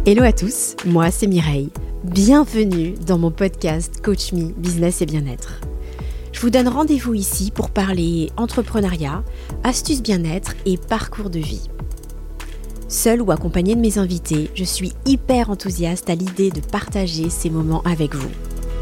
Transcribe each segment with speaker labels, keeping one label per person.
Speaker 1: Hello à tous, moi c'est Mireille. Bienvenue dans mon podcast Coach Me, Business et Bien-être. Je vous donne rendez-vous ici pour parler entrepreneuriat, astuces bien-être et parcours de vie. Seule ou accompagnée de mes invités, je suis hyper enthousiaste à l'idée de partager ces moments avec vous.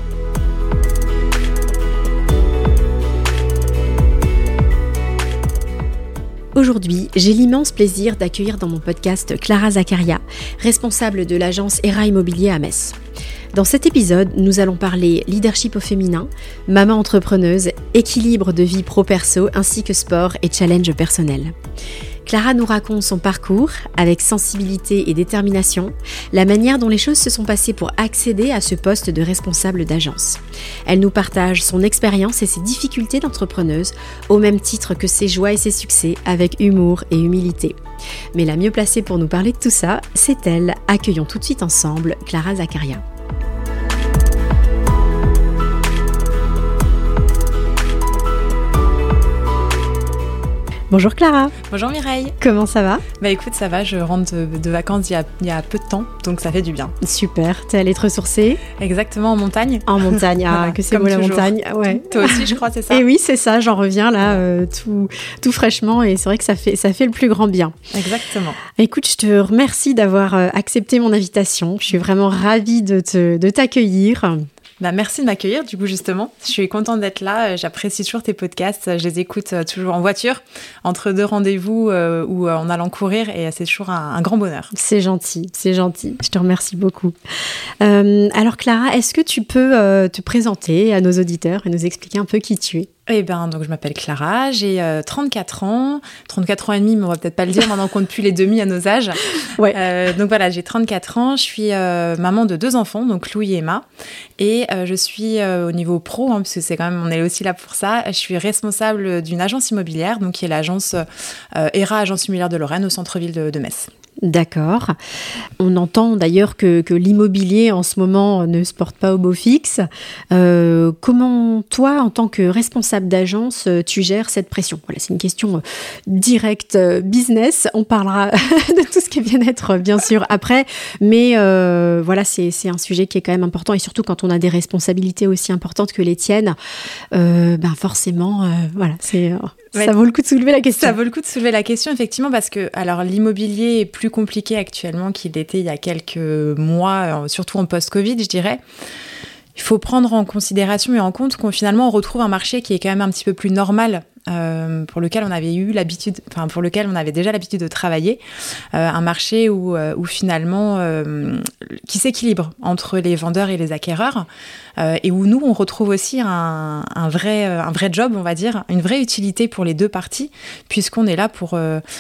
Speaker 1: Aujourd'hui, j'ai l'immense plaisir d'accueillir dans mon podcast Clara Zaccaria, responsable de l'agence ERA Immobilier à Metz. Dans cet épisode, nous allons parler leadership au féminin, maman entrepreneuse, équilibre de vie pro-perso ainsi que sport et challenge personnel. Clara nous raconte son parcours avec sensibilité et détermination, la manière dont les choses se sont passées pour accéder à ce poste de responsable d'agence. Elle nous partage son expérience et ses difficultés d'entrepreneuse, au même titre que ses joies et ses succès, avec humour et humilité. Mais la mieux placée pour nous parler de tout ça, c'est elle. Accueillons tout de suite ensemble Clara Zaccaria. Bonjour Clara.
Speaker 2: Bonjour Mireille.
Speaker 1: Comment ça va ?
Speaker 2: Bah écoute, ça va, je rentre de vacances il y a peu de temps, donc ça fait du bien.
Speaker 1: Super, t'es allée te ressourcer ?
Speaker 2: Exactement, en montagne.
Speaker 1: En montagne, voilà, que c'est beau la montagne. Ouais.
Speaker 2: Toi aussi je crois, c'est ça ?
Speaker 1: Et oui, c'est ça, j'en reviens là tout fraîchement et c'est vrai que ça fait le plus grand bien.
Speaker 2: Exactement.
Speaker 1: Écoute, je te remercie d'avoir accepté mon invitation, je suis vraiment ravie de t'accueillir.
Speaker 2: Bah, merci de m'accueillir, du coup, justement. Je suis contente d'être là. J'apprécie toujours tes podcasts. Je les écoute toujours en voiture, entre deux rendez-vous ou en allant courir. Et c'est toujours un grand bonheur.
Speaker 1: C'est gentil, c'est gentil. Je te remercie beaucoup. Alors, Clara, est-ce que tu peux te présenter à nos auditeurs et nous expliquer un peu qui tu es ?
Speaker 2: Eh ben, donc je m'appelle Clara, j'ai 34 ans et demi, mais on va peut-être pas le dire, maintenant qu'on compte plus les demi à nos âges.
Speaker 1: Ouais.
Speaker 2: Donc voilà, j'ai 34 ans, je suis maman de 2 enfants, donc Louis et Emma, et je suis au niveau pro, parce que c'est quand même, on est aussi là pour ça, je suis responsable d'une agence immobilière, donc qui est l'agence ERA, Agence Immobilière de Lorraine, au centre-ville de Metz.
Speaker 1: D'accord. On entend d'ailleurs que l'immobilier en ce moment ne se porte pas au beau fixe. Comment toi, en tant que responsable d'agence, tu gères cette pression ? Voilà, c'est une question directe business. On parlera de tout ce qui est bien-être, bien sûr, après. Mais voilà, c'est un sujet qui est quand même important. Et surtout quand on a des responsabilités aussi importantes que les tiennes, forcément, voilà, ça vaut le coup de soulever la question.
Speaker 2: Ça vaut le coup de soulever la question, effectivement, parce que alors, l'immobilier est plus compliqué actuellement qu'il l'était il y a quelques mois, surtout en post-Covid, je dirais. Il faut prendre en considération et en compte qu'on finalement on retrouve un marché qui est quand même un petit peu plus normal, pour lequel on avait déjà l'habitude de travailler, un marché où finalement qui s'équilibre entre les vendeurs et les acquéreurs, et où nous on retrouve aussi un vrai job, on va dire, une vraie utilité pour les deux parties, puisqu'on est là pour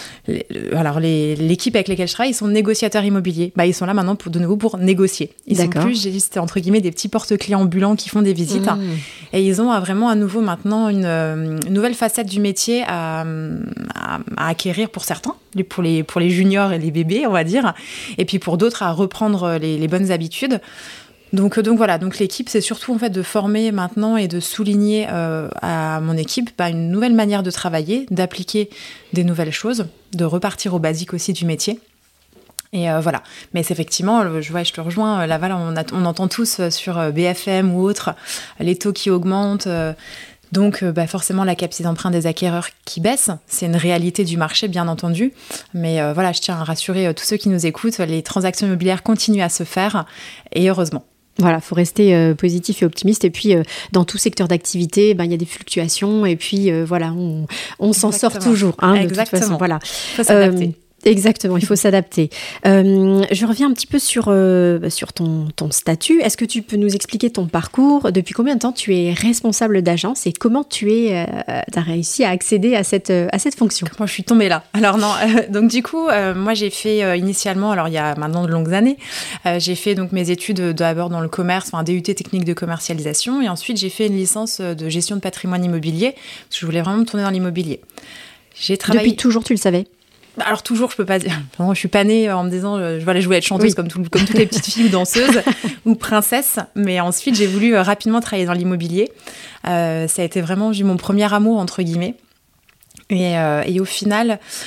Speaker 2: l'équipe avec laquelle je travaille, ils sont négociateurs immobiliers. Ils sont là maintenant de nouveau pour négocier. Ils sont plus juste entre guillemets des petits porte-clients ambulants qui font des visites, et ils ont vraiment à nouveau maintenant une nouvelle facette du métier à acquérir pour certains, pour les juniors et les bébés, on va dire, et puis pour d'autres à reprendre les bonnes habitudes. Donc voilà, donc l'équipe, c'est surtout en fait de former maintenant et de souligner à mon équipe une nouvelle manière de travailler, d'appliquer des nouvelles choses, de repartir aux basiques aussi du métier. Et voilà, mais c'est effectivement, je te rejoins, là, voilà, on entend tous sur BFM ou autre les taux qui augmentent. Donc forcément la capacité d'emprunt des acquéreurs qui baisse, c'est une réalité du marché bien entendu, mais voilà, je tiens à rassurer tous ceux qui nous écoutent, les transactions immobilières continuent à se faire, et heureusement.
Speaker 1: Voilà, il faut rester positif et optimiste. Et puis, dans tout secteur d'activité, il y a des fluctuations. Et puis, voilà, on s'en sort toujours. De toute façon, voilà.
Speaker 2: Il faut s'adapter.
Speaker 1: Exactement, il faut s'adapter. Je reviens un petit peu sur ton statut. Est-ce que tu peux nous expliquer ton parcours ? Depuis combien de temps tu es responsable d'agence et comment tu as réussi à accéder à cette fonction ?
Speaker 2: Comment je suis tombée là ? Alors non, donc du coup, moi j'ai fait initialement, alors il y a maintenant de longues années, j'ai fait donc mes études d'abord dans le commerce, un DUT technique de commercialisation, et ensuite j'ai fait une licence de gestion de patrimoine immobilier, parce que je voulais vraiment me tourner dans l'immobilier. J'ai travaillé...
Speaker 1: Depuis toujours, tu le savais ?
Speaker 2: Alors toujours, je peux pas dire. Je suis pas née en me disant je voulais être chanteuse comme toutes les petites filles ou danseuses ou princesses. Mais ensuite, j'ai voulu rapidement travailler dans l'immobilier. Ça a été vraiment mon premier amour entre guillemets. Et au final,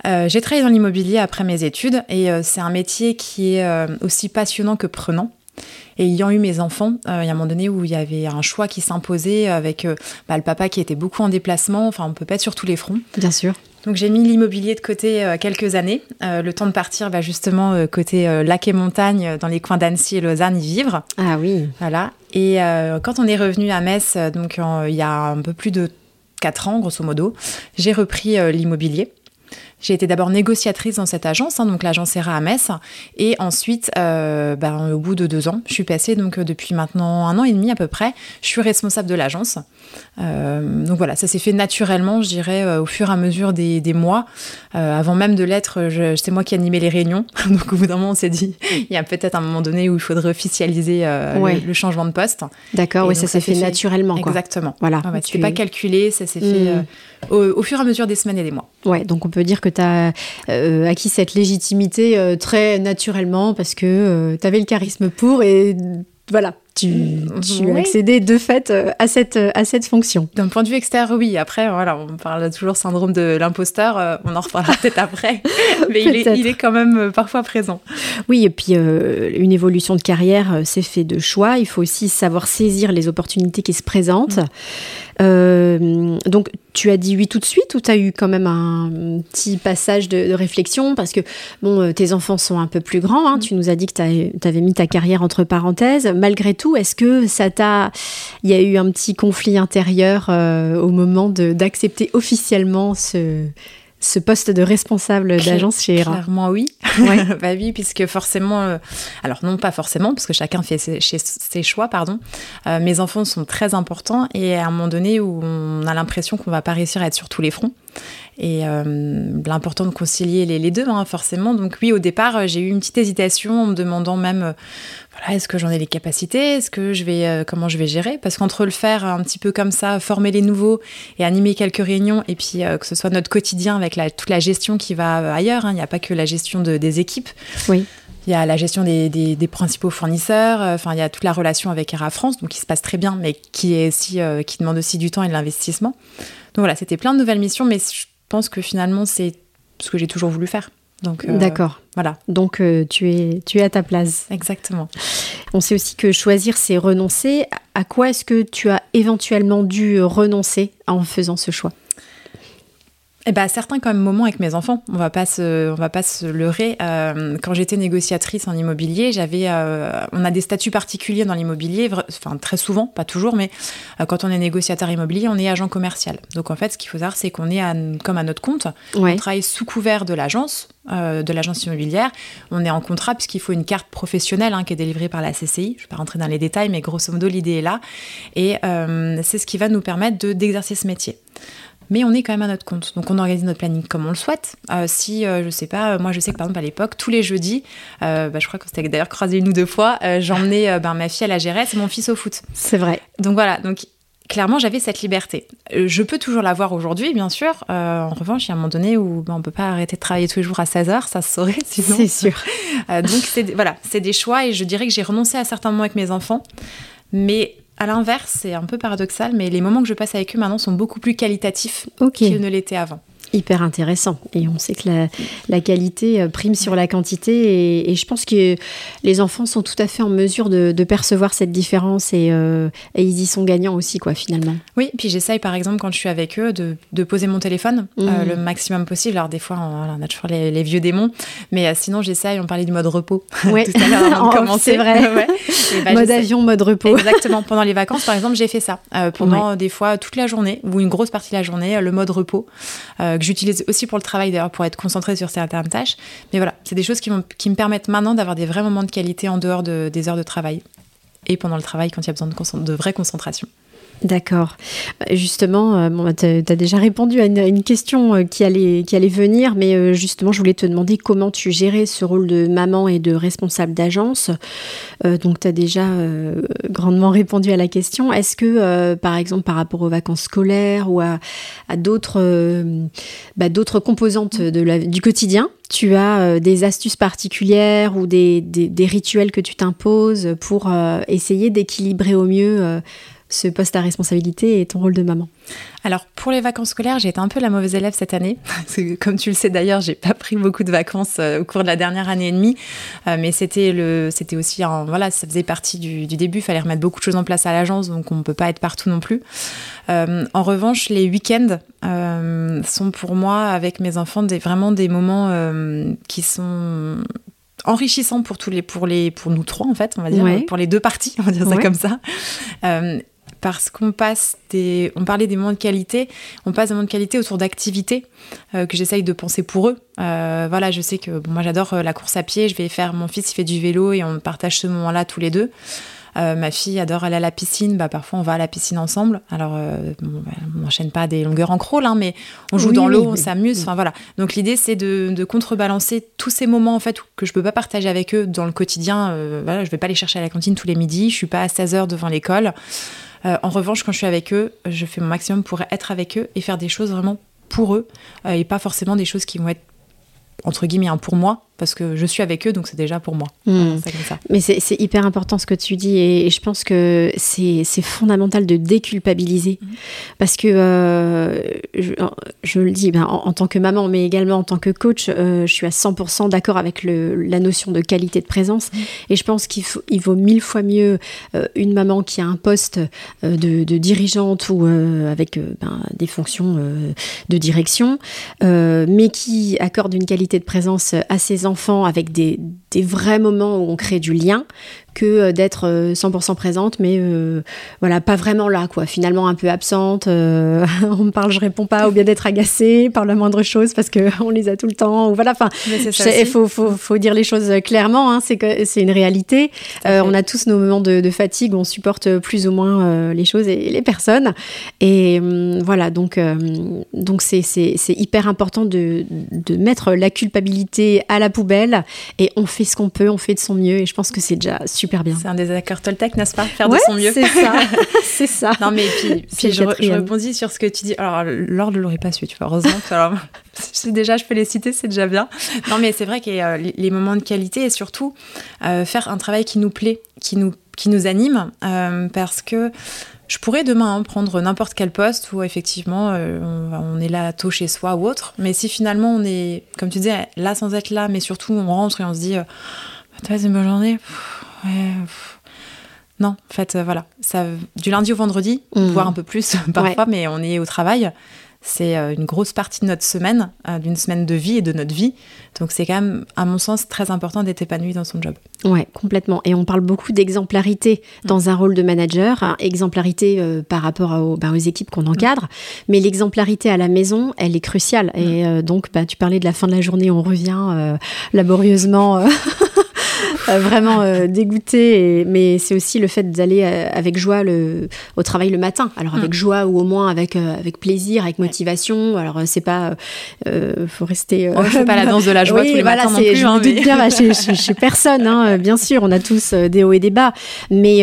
Speaker 2: J'ai travaillé dans l'immobilier après mes études et c'est un métier qui est aussi passionnant que prenant. Et ayant eu mes enfants, il y a un moment donné où il y avait un choix qui s'imposait avec le papa qui était beaucoup en déplacement. Enfin, on ne peut pas être sur tous les fronts.
Speaker 1: Bien sûr.
Speaker 2: Donc, j'ai mis l'immobilier de côté quelques années. Le temps de partir, justement, côté lac et montagne, dans les coins d'Annecy et Lausanne, y vivre.
Speaker 1: Ah oui.
Speaker 2: Voilà. Et quand on est revenu à Metz, donc il y a un peu plus de 4 ans, grosso modo, j'ai repris l'immobilier. J'ai été d'abord négociatrice dans cette agence, donc l'agence ERA à Metz. Et ensuite, au bout de 2 ans, je suis passée, donc depuis maintenant 1 an et demi à peu près, je suis responsable de l'agence. Donc voilà, ça s'est fait naturellement, je dirais, au fur et à mesure des mois. Avant même de l'être, c'est moi qui animais les réunions. Donc au bout d'un moment, on s'est dit, il y a peut-être un moment donné où il faudrait officialiser le changement de poste.
Speaker 1: D'accord, oui, ça s'est fait naturellement.
Speaker 2: Exactement.
Speaker 1: Voilà.
Speaker 2: C'était pas calculé, ça s'est fait au fur et à mesure des semaines et des mois.
Speaker 1: Ouais, donc on peut dire que tu as acquis cette légitimité très naturellement parce que tu avais le charisme pour et voilà, tu as accédé de fait à cette fonction.
Speaker 2: D'un point de vue extérieur, oui. Après, voilà, on parle toujours syndrome de l'imposteur, on en reparlera peut-être après, mais il est quand même parfois présent.
Speaker 1: Oui, et puis une évolution de carrière, c'est fait de choix. Il faut aussi savoir saisir les opportunités qui se présentent. Donc, tu as dit oui tout de suite ou tu as eu quand même un petit passage de réflexion parce que tes enfants sont un peu plus grands, hein, tu nous as dit que tu avais mis ta carrière entre parenthèses. Malgré tout, est-ce que il y a eu un petit conflit intérieur au moment d'accepter officiellement ce poste de responsable d'agence chez ERA?
Speaker 2: Clairement oui. Ouais. Oui, puisque forcément, alors non pas forcément, parce que chacun fait ses choix, pardon. Mes enfants sont très importants et à un moment donné où on a l'impression qu'on ne va pas réussir à être sur tous les fronts. Et l'important de concilier les deux, hein, forcément. Donc oui, au départ, j'ai eu une petite hésitation en me demandant même, est-ce que j'en ai les capacités ? Est-ce que comment je vais gérer ? Parce qu'entre le faire un petit peu comme ça, former les nouveaux et animer quelques réunions, et puis que ce soit notre quotidien avec toute la gestion qui va ailleurs, hein, il n'y a pas que la gestion des équipes. Oui. Il y a la gestion des principaux fournisseurs, il y a toute la relation avec ERA France, donc qui se passe très bien, mais qui demande aussi du temps et de l'investissement. Donc voilà, c'était plein de nouvelles missions, mais je pense que finalement, c'est ce que j'ai toujours voulu faire. Donc,
Speaker 1: d'accord.
Speaker 2: Voilà.
Speaker 1: Donc, tu es à ta place.
Speaker 2: Exactement.
Speaker 1: On sait aussi que choisir, c'est renoncer. À quoi est-ce que tu as éventuellement dû renoncer en faisant ce choix ?
Speaker 2: Certains quand même moments avec mes enfants, on va pas se leurrer. Quand j'étais négociatrice en immobilier, on a des statuts particuliers dans l'immobilier, très souvent, pas toujours, mais quand on est négociateur immobilier, on est agent commercial. Donc en fait, ce qu'il faut savoir, c'est qu'on est comme à notre compte. Ouais. On travaille sous couvert de l'agence immobilière. On est en contrat puisqu'il faut une carte professionnelle qui est délivrée par la CCI. Je ne vais pas rentrer dans les détails, mais grosso modo, l'idée est là. Et c'est ce qui va nous permettre d'exercer ce métier. Mais on est quand même à notre compte. Donc, on organise notre planning comme on le souhaite. Je sais pas, moi, je sais que par exemple, à l'époque, tous les jeudis, je crois qu'on s'était d'ailleurs croisés 1 ou 2 fois, j'emmenais ma fille à la GRS et mon fils au foot.
Speaker 1: C'est vrai.
Speaker 2: Donc, voilà. Donc, clairement, j'avais cette liberté. Je peux toujours l'avoir aujourd'hui, bien sûr. En revanche, il y a un moment donné où on ne peut pas arrêter de travailler tous les jours à 16h, ça se saurait sinon.
Speaker 1: C'est sûr.
Speaker 2: Donc, c'est des choix et je dirais que j'ai renoncé à certains moments avec mes enfants. Mais à l'inverse, c'est un peu paradoxal, mais les moments que je passe avec eux maintenant sont beaucoup plus qualitatifs qu'ils ne l'étaient avant.
Speaker 1: Hyper intéressant. Et on sait que la qualité prime sur la quantité. Et je pense que les enfants sont tout à fait en mesure de percevoir cette différence et ils y sont gagnants aussi, quoi, finalement.
Speaker 2: Oui, puis j'essaye, par exemple, quand je suis avec eux, de poser mon téléphone le maximum possible. Alors, des fois, on a toujours les vieux démons. Mais sinon, j'essaye. On parlait du mode repos tout à l'heure avant de commencer.
Speaker 1: C'est vrai. Ouais. Mode avion, mode repos.
Speaker 2: Exactement. Pendant les vacances, par exemple, j'ai fait ça. Pendant des fois toute la journée ou une grosse partie de la journée, le mode repos. Que j'utilise aussi pour le travail d'ailleurs, pour être concentrée sur certaines tâches. Mais voilà, c'est des choses qui me permettent maintenant d'avoir des vrais moments de qualité en dehors des heures de travail et pendant le travail quand il y a besoin de vraie concentration.
Speaker 1: D'accord. Justement, tu as déjà répondu à une question qui allait venir, mais justement, je voulais te demander comment tu gérais ce rôle de maman et de responsable d'agence. Donc, tu as déjà grandement répondu à la question. Est-ce que, par exemple, par rapport aux vacances scolaires ou à d'autres composantes du quotidien, tu as des astuces particulières ou des rituels que tu t'imposes pour essayer d'équilibrer au mieux ce poste à responsabilité et ton rôle de maman?
Speaker 2: Alors, pour les vacances scolaires, j'ai été un peu la mauvaise élève cette année. Parce que, comme tu le sais d'ailleurs, j'ai pas pris beaucoup de vacances au cours de la dernière année et demie. Mais c'était aussi, ça faisait partie du début. Il fallait remettre beaucoup de choses en place à l'agence, donc on ne peut pas être partout non plus. En revanche, les week-ends sont pour moi, avec mes enfants, vraiment des moments qui sont enrichissants pour nous trois, en fait, on va dire, pour les deux parties, on va dire ça comme ça. Parce on parlait des moments de qualité, on passe des moments de qualité autour d'activités que j'essaye de penser pour eux. Je sais que moi j'adore la course à pied, mon fils il fait du vélo et on partage ce moment-là tous les deux. Ma fille adore aller à la piscine, parfois on va à la piscine ensemble. Alors, on n'enchaîne pas des longueurs en crawl, mais on joue dans l'eau, on s'amuse. Enfin, voilà. Donc l'idée, c'est de contrebalancer tous ces moments en fait, que je ne peux pas partager avec eux dans le quotidien. Je ne vais pas les chercher à la cantine tous les midis, je ne suis pas à 16h devant l'école. En revanche, quand je suis avec eux, je fais mon maximum pour être avec eux et faire des choses vraiment pour eux et pas forcément des choses qui vont être entre guillemets pour moi, parce que je suis avec eux, donc c'est déjà pour moi. C'est comme ça.
Speaker 1: Mais c'est hyper important ce que tu dis, et je pense que c'est fondamental de déculpabiliser. Parce que, je le dis en tant que maman, mais également en tant que coach, je suis à 100% d'accord avec la notion de qualité de présence. Et je pense qu'il vaut 1000 fois mieux une maman qui a un poste de dirigeante ou avec des fonctions de direction, mais qui accorde une qualité de présence à ses enfants avec des vrais moments où on crée du lien, que d'être 100% présente, mais pas vraiment là, quoi. Finalement un peu absente, on me parle, je réponds pas, ou bien d'être agacée par la moindre chose parce qu'on les a tout le temps. Il faut dire les choses clairement, hein, c'est une réalité. On a tous nos moments de fatigue où on supporte plus ou moins les choses et les personnes. Et donc c'est hyper important de mettre la culpabilité à la poubelle, et on fait ce qu'on peut, on fait de son mieux, et je pense que c'est déjà super bien.
Speaker 2: C'est un des accords Toltec, n'est-ce pas? Faire de son mieux.
Speaker 1: C'est ça. C'est ça.
Speaker 2: Non, mais puis je rebondis sur ce que tu dis. Alors, Laure ne l'aurait pas su, tu vois, heureusement. Alors, je peux les citer, c'est déjà bien. Non, mais c'est vrai qu'il y a les moments de qualité, et surtout faire un travail qui nous plaît, qui nous anime, parce que je pourrais demain prendre n'importe quel poste où effectivement on est là tôt chez soi ou autre, mais si finalement on est, comme tu disais, là sans être là, mais surtout on rentre et on se dit c'est une bonne journée, non, en fait ça, du lundi au vendredi, voire un peu plus parfois, mais on est au travail. C'est une grosse partie de notre semaine, d'une semaine de vie et de notre vie. Donc c'est quand même, à mon sens, très important d'être épanoui dans son job.
Speaker 1: Ouais, complètement. Et on parle beaucoup d'exemplarité dans un rôle de manager, exemplarité par rapport aux équipes qu'on encadre. Mais l'exemplarité à la maison, elle est cruciale. Et donc, tu parlais de la fin de la journée, on revient laborieusement... vraiment dégoûtée, mais c'est aussi le fait d'aller avec joie au travail le matin. Alors avec joie, ou au moins avec plaisir, avec motivation. Alors c'est pas, faut rester.
Speaker 2: Je fais pas la danse de la joie tous les matins non plus.
Speaker 1: Je me doute bien, chez personne. Bien sûr, on a tous des hauts et des bas, mais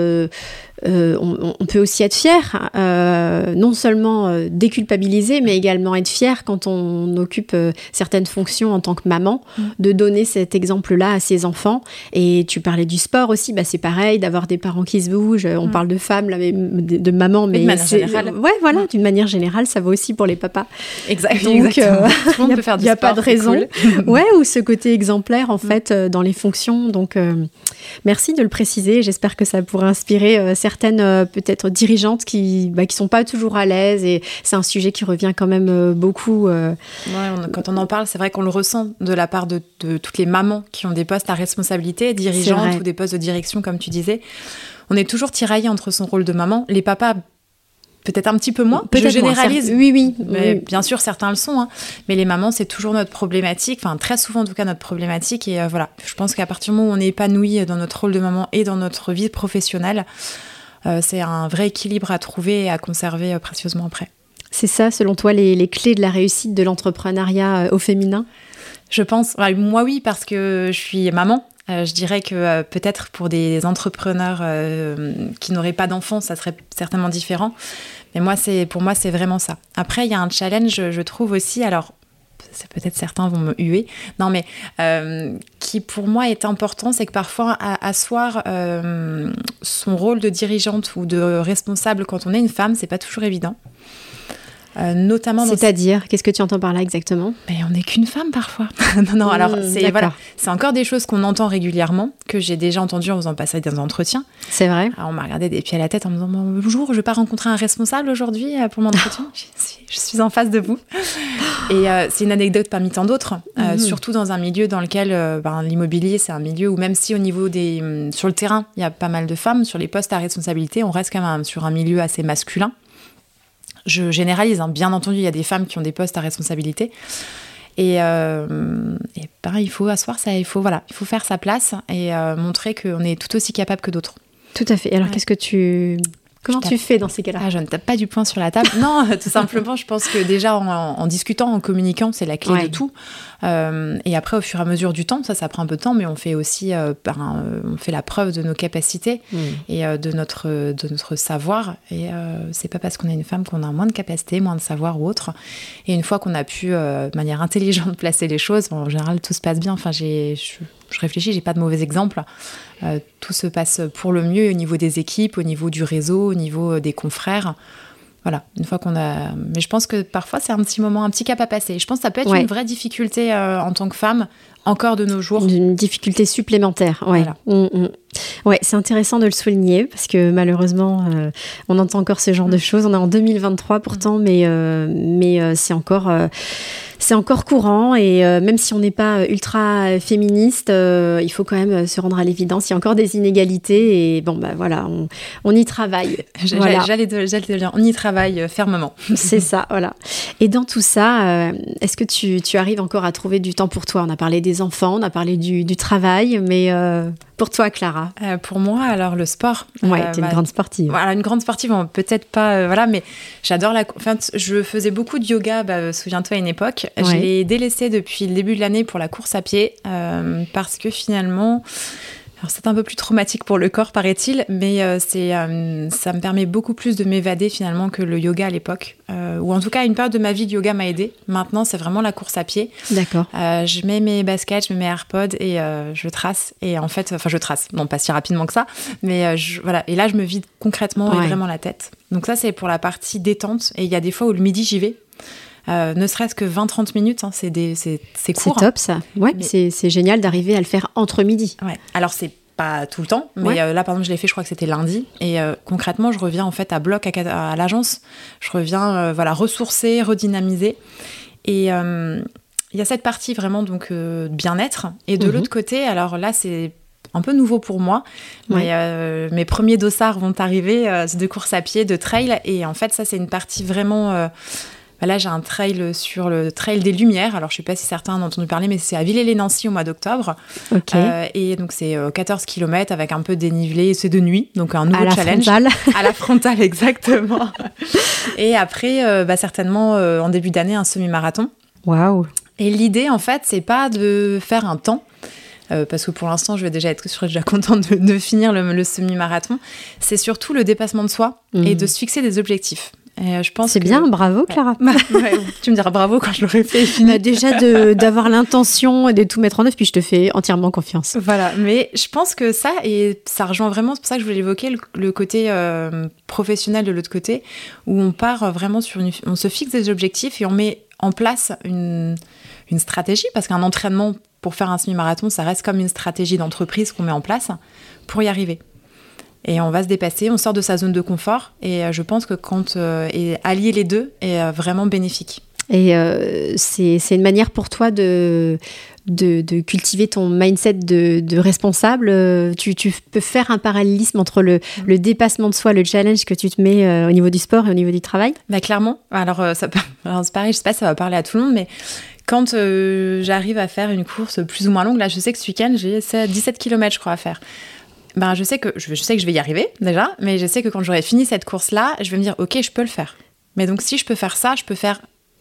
Speaker 1: on peut aussi être fier, non seulement déculpabiliser, mais également être fier quand on occupe certaines fonctions en tant que maman, de donner cet exemple-là à ses enfants. Et tu parlais du sport aussi, c'est pareil, d'avoir des parents qui se bougent. On parle de femmes, là, mais de maman, mais
Speaker 2: de manière générale.
Speaker 1: Ouais, voilà, d'une manière générale, ça vaut aussi pour les papas.
Speaker 2: Exactement. Tout le monde peut faire du sport. Il n'y a pas de raison.
Speaker 1: Cool. Ouais, ou ce côté exemplaire, en fait, dans les fonctions. Donc, merci de le préciser. J'espère que ça pourra inspirer certaines peut-être dirigeantes qui sont pas toujours à l'aise, et c'est un sujet qui revient quand même beaucoup.
Speaker 2: Quand on en parle, c'est vrai qu'on le ressent de la part de toutes les mamans qui ont des postes à responsabilité, dirigeantes ou des postes de direction, comme tu disais. On est toujours tiraillé entre son rôle de maman. Les papas, peut-être un petit peu moins. Je généralise.
Speaker 1: Oui.
Speaker 2: Mais bien sûr, certains le sont. Mais les mamans, c'est toujours notre problématique. Enfin, très souvent, en tout cas, notre problématique. Et je pense qu'à partir du moment où on est épanoui dans notre rôle de maman et dans notre vie professionnelle, c'est un vrai équilibre à trouver et à conserver précieusement après.
Speaker 1: C'est ça, selon toi, les clés de la réussite de l'entrepreneuriat au féminin?
Speaker 2: Je pense. Moi, oui, parce que je suis maman. Je dirais que peut-être pour des entrepreneurs qui n'auraient pas d'enfants, ça serait certainement différent. Mais pour moi, c'est vraiment ça. Après, il y a un challenge, je trouve aussi. Alors, peut-être certains vont me huer. Non, mais qui pour moi est important, c'est que parfois asseoir son rôle de dirigeante ou de responsable quand on est une femme, c'est pas toujours évident. Notamment
Speaker 1: C'est-à-dire, qu'est-ce que tu entends par là exactement ?
Speaker 2: Mais on n'est qu'une femme parfois. Non, alors c'est encore des choses qu'on entend régulièrement, que j'ai déjà entendues en faisant passer des entretiens.
Speaker 1: C'est vrai.
Speaker 2: Alors, on m'a regardé des pieds à la tête en me disant bonjour, je vais pas rencontrer un responsable aujourd'hui pour mon entretien. Je suis en face de vous. Et c'est une anecdote parmi tant d'autres, surtout dans un milieu dans lequel l'immobilier, c'est un milieu où même si au niveau sur le terrain, il y a pas mal de femmes, sur les postes à responsabilité, on reste quand même sur un milieu assez masculin. Je généralise, bien entendu, il y a des femmes qui ont des postes à responsabilité. Et il faut asseoir ça, il faut faire sa place et montrer qu'on est tout aussi capable que d'autres.
Speaker 1: Tout à fait. Alors, Comment tu fais dans ces cas-là ?
Speaker 2: Je ne tape pas du poing sur la table. Non, tout simplement, je pense que déjà en discutant, en communiquant, c'est la clé de tout. Et après, au fur et à mesure du temps, ça prend un peu de temps, mais on fait aussi on fait la preuve de nos capacités et de notre savoir. Et c'est pas parce qu'on est une femme qu'on a moins de capacités, moins de savoir ou autre. Et une fois qu'on a pu, de manière intelligente, placer les choses, en général, tout se passe bien. Enfin, je réfléchis, j'ai pas de mauvais exemples. Tout se passe pour le mieux au niveau des équipes, au niveau du réseau, au niveau des confrères. Voilà, une fois qu'on a... Mais je pense que parfois, c'est un petit cap à passer. Je pense que ça peut être une vraie difficulté en tant que femme, encore de nos jours.
Speaker 1: Une difficulté supplémentaire, Voilà. Ouais, c'est intéressant de le souligner, parce que malheureusement, on entend encore ce genre de choses. On est en 2023 pourtant, mais c'est encore... C'est encore courant et même si on n'est pas ultra féministe, il faut quand même se rendre à l'évidence. Il y a encore des inégalités et on y travaille.
Speaker 2: J'allais te dire, on y travaille fermement.
Speaker 1: C'est ça, voilà. Et dans tout ça, est-ce que tu arrives encore à trouver du temps pour toi ? On a parlé des enfants, on a parlé du travail, mais pour toi, Clara ?
Speaker 2: Pour moi, alors le sport.
Speaker 1: Ouais, t'es une grande sportive.
Speaker 2: Voilà, une grande sportive, peut-être pas, mais j'adore je faisais beaucoup de yoga, souviens-toi, à une époque. Je l'ai délaissé depuis le début de l'année pour la course à pied, parce que finalement... Alors c'est un peu plus traumatique pour le corps, paraît-il, mais ça me permet beaucoup plus de m'évader finalement que le yoga à l'époque. Ou en tout cas, une période de ma vie, le yoga m'a aidée. Maintenant, c'est vraiment la course à pied.
Speaker 1: D'accord.
Speaker 2: Je mets mes baskets, je mets mes AirPods et je trace. Et en fait, je trace, non pas si rapidement que ça, mais voilà. Et là, je me vide concrètement et vraiment la tête. Donc ça, c'est pour la partie détente. Et il y a des fois où le midi, j'y vais. Ne serait-ce que 20-30 minutes, c'est court.
Speaker 1: C'est top ça, c'est génial d'arriver à le faire entre midi.
Speaker 2: Ouais. Alors c'est pas tout le temps, mais là par exemple je l'ai fait, je crois que c'était lundi, et concrètement je reviens en fait à bloc à l'agence, je reviens ressourcer, redynamiser, et il y a cette partie vraiment donc bien-être, et de l'autre côté, alors là c'est un peu nouveau pour moi, mais mes premiers dossards vont arriver de course à pied, de trail, et en fait ça c'est une partie vraiment... Là, j'ai un trail sur le trail des Lumières. Alors, je ne sais pas si certains en ont entendu parler, mais c'est à Villers-lès-Nancy au mois d'octobre.
Speaker 1: Okay.
Speaker 2: Et donc, c'est 14 km avec un peu dénivelé. C'est de nuit, donc un nouveau challenge.
Speaker 1: Frontale.
Speaker 2: À la frontale, exactement. Et après, certainement, en début d'année, un semi-marathon.
Speaker 1: Waouh.
Speaker 2: Et l'idée, en fait, c'est pas de faire un temps. Parce que pour l'instant, je serais déjà contente de finir le semi-marathon. C'est surtout le dépassement de soi et de se fixer des objectifs. Et je pense
Speaker 1: bien, bravo Clara.
Speaker 2: Tu me diras bravo quand je l'aurai fait et fini.
Speaker 1: Déjà d'avoir l'intention et de tout mettre en œuvre, puis je te fais entièrement confiance.
Speaker 2: Voilà, mais je pense que ça rejoint vraiment, c'est pour ça que je voulais évoquer le côté professionnel de l'autre côté, où on part vraiment on se fixe des objectifs et on met en place une stratégie, parce qu'un entraînement pour faire un semi-marathon, ça reste comme une stratégie d'entreprise qu'on met en place pour y arriver. Et on va se dépasser, on sort de sa zone de confort. Et je pense que allier les deux est vraiment bénéfique.
Speaker 1: Et c'est une manière pour toi de cultiver ton mindset de responsable. Tu peux faire un parallélisme entre le dépassement de soi, le challenge que tu te mets au niveau du sport et au niveau du travail ?
Speaker 2: Clairement. Alors c'est pareil, je sais pas si ça va parler à tout le monde, mais... Quand j'arrive à faire une course plus ou moins longue, là je sais que ce week-end j'ai 17 km je crois à faire. Je sais que je vais y arriver déjà, mais je sais que quand j'aurai fini cette course-là, je vais me dire ok, je peux le faire. Mais donc si je peux faire ça, je peux faire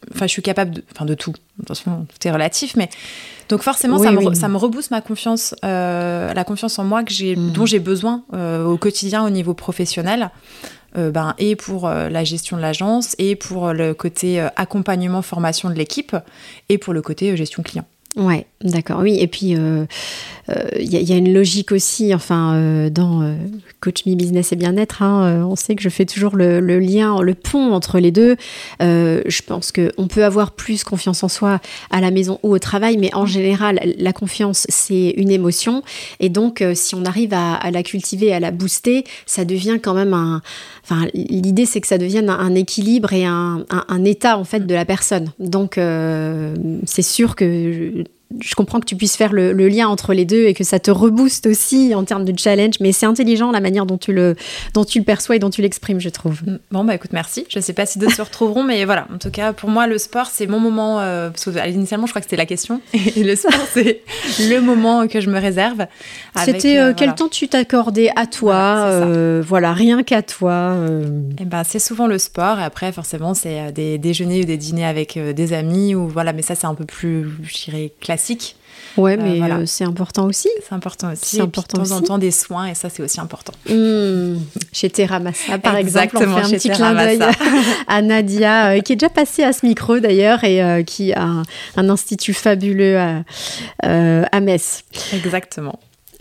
Speaker 2: je suis capable de tout. Attention, tout est relatif, mais donc forcément, ça me rebooste ma confiance, la confiance en moi dont j'ai besoin au quotidien au niveau professionnel. Et pour la gestion de l'agence, et pour le côté accompagnement, formation de l'équipe, et pour le côté gestion client.
Speaker 1: Ouais, d'accord. Oui, et puis y a une logique aussi, dans Coach Me Business et Bien-être, on sait que je fais toujours le lien, le pont entre les deux. Je pense qu'on peut avoir plus confiance en soi à la maison ou au travail, mais en général, la confiance, c'est une émotion. Et donc, si on arrive à la cultiver, à la booster, ça devient quand même l'idée, c'est que ça devienne un équilibre et un état, en fait, de la personne. Donc, c'est sûr que je comprends que tu puisses faire le lien entre les deux et que ça te rebooste aussi en termes de challenge, mais c'est intelligent la manière dont tu le perçois et dont tu l'exprimes, je trouve.
Speaker 2: Bon, écoute, merci. Je ne sais pas si d'autres se retrouveront, mais voilà. En tout cas, pour moi, le sport, c'est mon moment, parce que initialement, je crois que c'était la question, et le sport, c'est le moment que je me réserve.
Speaker 1: C'était quel temps tu t'accordais à toi, rien qu'à toi.
Speaker 2: C'est souvent le sport, et après, forcément, c'est des déjeuners ou des dîners avec des amis, mais ça, c'est un peu plus, je dirais, classique.
Speaker 1: Ouais, mais c'est important aussi.
Speaker 2: C'est important aussi. De temps en temps, des soins, et ça, c'est aussi important.
Speaker 1: Chez Terra Massa, par exemple,
Speaker 2: on fait
Speaker 1: un petit clin d'œil à Nadia, qui est déjà passée à ce micro d'ailleurs, et qui a un institut fabuleux à Metz.
Speaker 2: Exactement.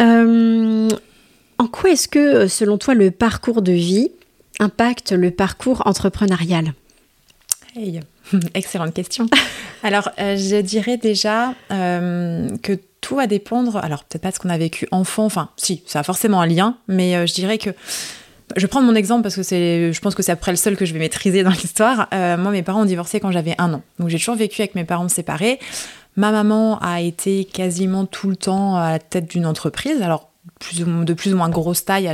Speaker 1: En quoi est-ce que, selon toi, le parcours de vie impacte le parcours entrepreneurial ?
Speaker 2: Hey. Excellente question. Alors, je dirais déjà que tout va dépendre, alors peut-être pas de ce qu'on a vécu enfant, si, ça a forcément un lien, mais je dirais que, je vais prendre mon exemple parce que je pense que c'est après le seul que je vais maîtriser dans l'histoire. Moi, mes parents ont divorcé quand j'avais 1 an, donc j'ai toujours vécu avec mes parents séparés. Ma maman a été quasiment tout le temps à la tête d'une entreprise, alors de plus ou moins grosse taille,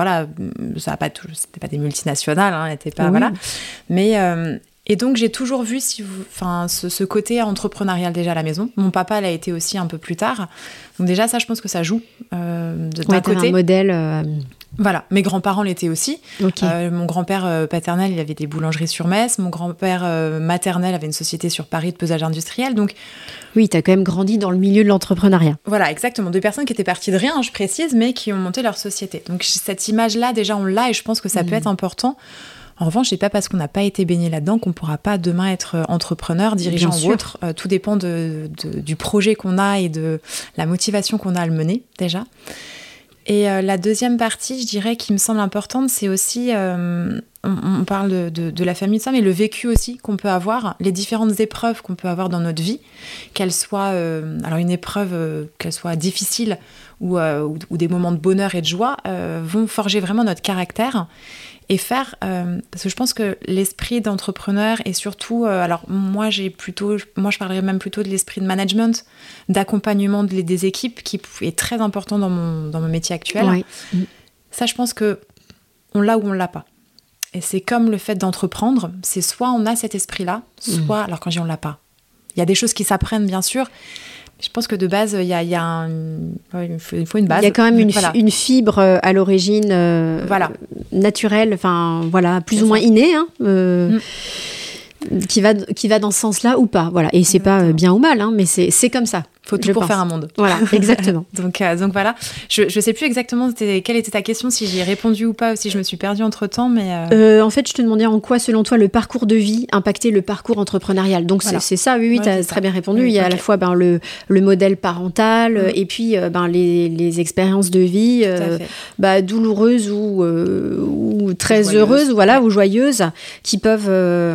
Speaker 2: ça c'était pas des multinationales, elle n'était pas, mais... Et donc, j'ai toujours vu ce côté entrepreneurial déjà à la maison. Mon papa l'a été aussi un peu plus tard. Donc déjà, ça, je pense que ça joue d'un côté.
Speaker 1: Un modèle...
Speaker 2: Voilà, mes grands-parents l'étaient aussi.
Speaker 1: Okay.
Speaker 2: Mon grand-père paternel, il avait des boulangeries sur Metz. Mon grand-père maternel avait une société sur Paris de pesage industriel. Donc,
Speaker 1: oui, tu as quand même grandi dans le milieu de l'entrepreneuriat.
Speaker 2: Voilà, exactement. 2 personnes qui étaient parties de rien, je précise, mais qui ont monté leur société. Donc, cette image-là, déjà, on l'a, et je pense que ça peut être important. En revanche, c'est pas parce qu'on n'a pas été baigné là-dedans qu'on pourra pas demain être entrepreneur, dirigeant ou autre. Tout dépend du projet qu'on a et de la motivation qu'on a à le mener, déjà. Et la deuxième partie, je dirais, qui me semble importante, c'est aussi, on parle de la famille de ça, mais le vécu aussi qu'on peut avoir, les différentes épreuves qu'on peut avoir dans notre vie, qu'elles soient, alors une épreuve, qu'elle soit difficile ou des moments de bonheur et de joie, vont forger vraiment notre caractère. Et faire, parce que je pense que l'esprit d'entrepreneur et surtout, moi je parlerais même plutôt de l'esprit de management, d'accompagnement des équipes qui est très important dans mon métier actuel.
Speaker 1: Ouais.
Speaker 2: Ça, je pense que on l'a ou on l'a pas. Et c'est comme le fait d'entreprendre, c'est soit on a cet esprit-là, soit, alors quand je dis on l'a pas, il y a des choses qui s'apprennent bien sûr. Je pense que de base, il faut une base.
Speaker 1: Il y a quand même une fibre à l'origine naturelle, plus ou moins innée, qui va dans ce sens-là ou pas. Voilà. Et c'est pas bien ou mal, mais c'est comme ça.
Speaker 2: Faut tout pour faire un monde.
Speaker 1: Voilà, exactement.
Speaker 2: donc voilà. Je sais plus exactement quelle était ta question, si j'y ai répondu ou pas, ou si je me suis perdue entre-temps, mais...
Speaker 1: en fait, je te demandais en quoi, selon toi, le parcours de vie impactait le parcours entrepreneurial. Donc, voilà. c'est ça, oui, tu as très bien répondu. Oui, il y a à la fois le modèle parental et puis les expériences de vie douloureuses ou très joyeuses, heureuses, ou joyeuses, qui peuvent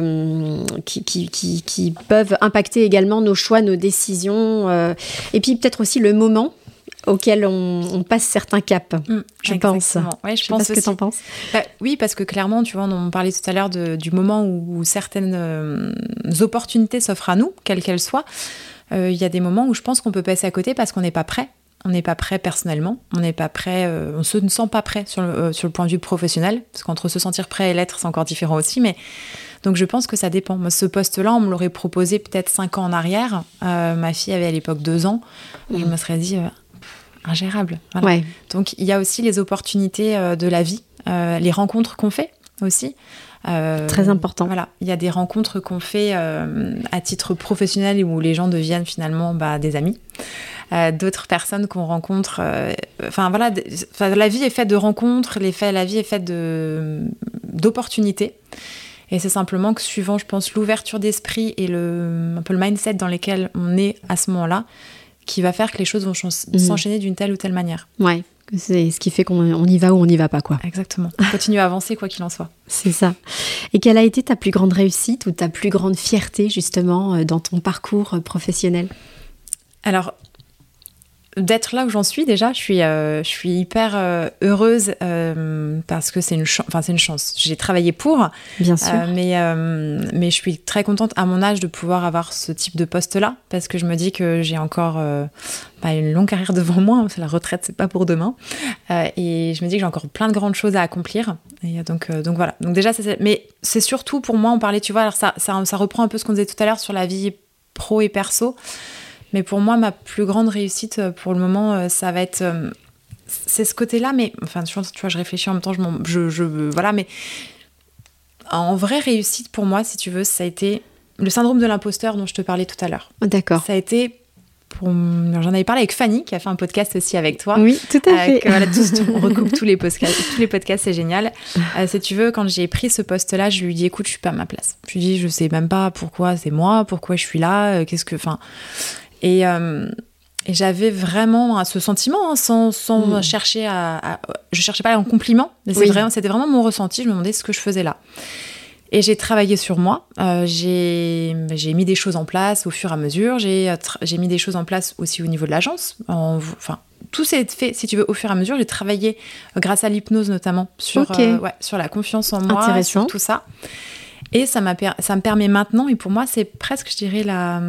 Speaker 1: impacter également nos choix, nos décisions... Et puis peut-être aussi le moment auquel on passe certains caps, je pense.
Speaker 2: Ouais,
Speaker 1: je pense aussi. Ce que tu en penses.
Speaker 2: Oui, parce que clairement, tu vois, on parlait tout à l'heure du moment où certaines opportunités s'offrent à nous, quelles qu'elles soient. Il y a des moments où je pense qu'on peut passer à côté parce qu'on n'est pas prêt. On n'est pas prêt personnellement, on n'est pas prêt, on ne se sent pas prêt sur le point de vue professionnel, parce qu'entre se sentir prêt et l'être, c'est encore différent aussi, mais... Donc je pense que ça dépend. Moi, ce poste-là, on me l'aurait proposé peut-être 5 ans en arrière. Ma fille avait à l'époque 2 ans. Je me serais dit, ingérable. Voilà.
Speaker 1: Ouais.
Speaker 2: Donc il y a aussi les opportunités de la vie, les rencontres qu'on fait aussi.
Speaker 1: Très important.
Speaker 2: Voilà, il y a des rencontres qu'on fait à titre professionnel où les gens deviennent finalement des amis. D'autres personnes qu'on rencontre. La vie est faite de rencontres, la vie est faite d'opportunités. Et c'est simplement que suivant, je pense, l'ouverture d'esprit et un peu le mindset dans lequel on est à ce moment-là, qui va faire que les choses vont s'enchaîner d'une telle ou telle manière.
Speaker 1: Ouais, c'est ce qui fait qu'on y va ou on n'y va pas, quoi.
Speaker 2: Exactement. On continue à avancer quoi qu'il en soit.
Speaker 1: C'est ça. Et quelle a été ta plus grande réussite ou ta plus grande fierté, justement, dans ton parcours professionnel ?
Speaker 2: Alors, d'être là où j'en suis déjà, je suis hyper heureuse parce que c'est une chance. J'ai travaillé pour,
Speaker 1: bien sûr,
Speaker 2: mais je suis très contente à mon âge de pouvoir avoir ce type de poste-là parce que je me dis que j'ai encore une longue carrière devant moi. La retraite, c'est pas pour demain, et je me dis que j'ai encore plein de grandes choses à accomplir. Et donc voilà. Donc déjà, mais c'est surtout pour moi. On parlait, tu vois, alors ça reprend un peu ce qu'on disait tout à l'heure sur la vie pro et perso. Mais pour moi, ma plus grande réussite, pour le moment, ça va être... c'est ce côté-là, mais... Enfin, tu vois, je réfléchis en même temps, voilà, mais... En vraie réussite, pour moi, si tu veux, ça a été le syndrome de l'imposteur dont je te parlais tout à l'heure.
Speaker 1: D'accord.
Speaker 2: Ça a été... J'en avais parlé avec Fanny, qui a fait un podcast aussi avec toi.
Speaker 1: Oui, tout à fait.
Speaker 2: On recoupe tous les podcasts, c'est génial. Si tu veux, quand j'ai pris ce poste-là, je lui dis, écoute, je suis pas à ma place. Je lui dis, je sais même pas pourquoi c'est moi, pourquoi je suis là, qu'est-ce que... Et j'avais vraiment ce sentiment, sans chercher je cherchais pas un compliment, mais c'était vraiment mon ressenti. Je me demandais ce que je faisais là. Et j'ai travaillé sur moi. J'ai mis des choses en place au fur et à mesure. J'ai mis des choses en place aussi au niveau de l'agence. Tout s'est fait, si tu veux, au fur et à mesure. J'ai travaillé grâce à l'hypnose notamment sur la confiance en moi, sur tout ça. Et ça me permet maintenant, et pour moi, c'est presque, je dirais,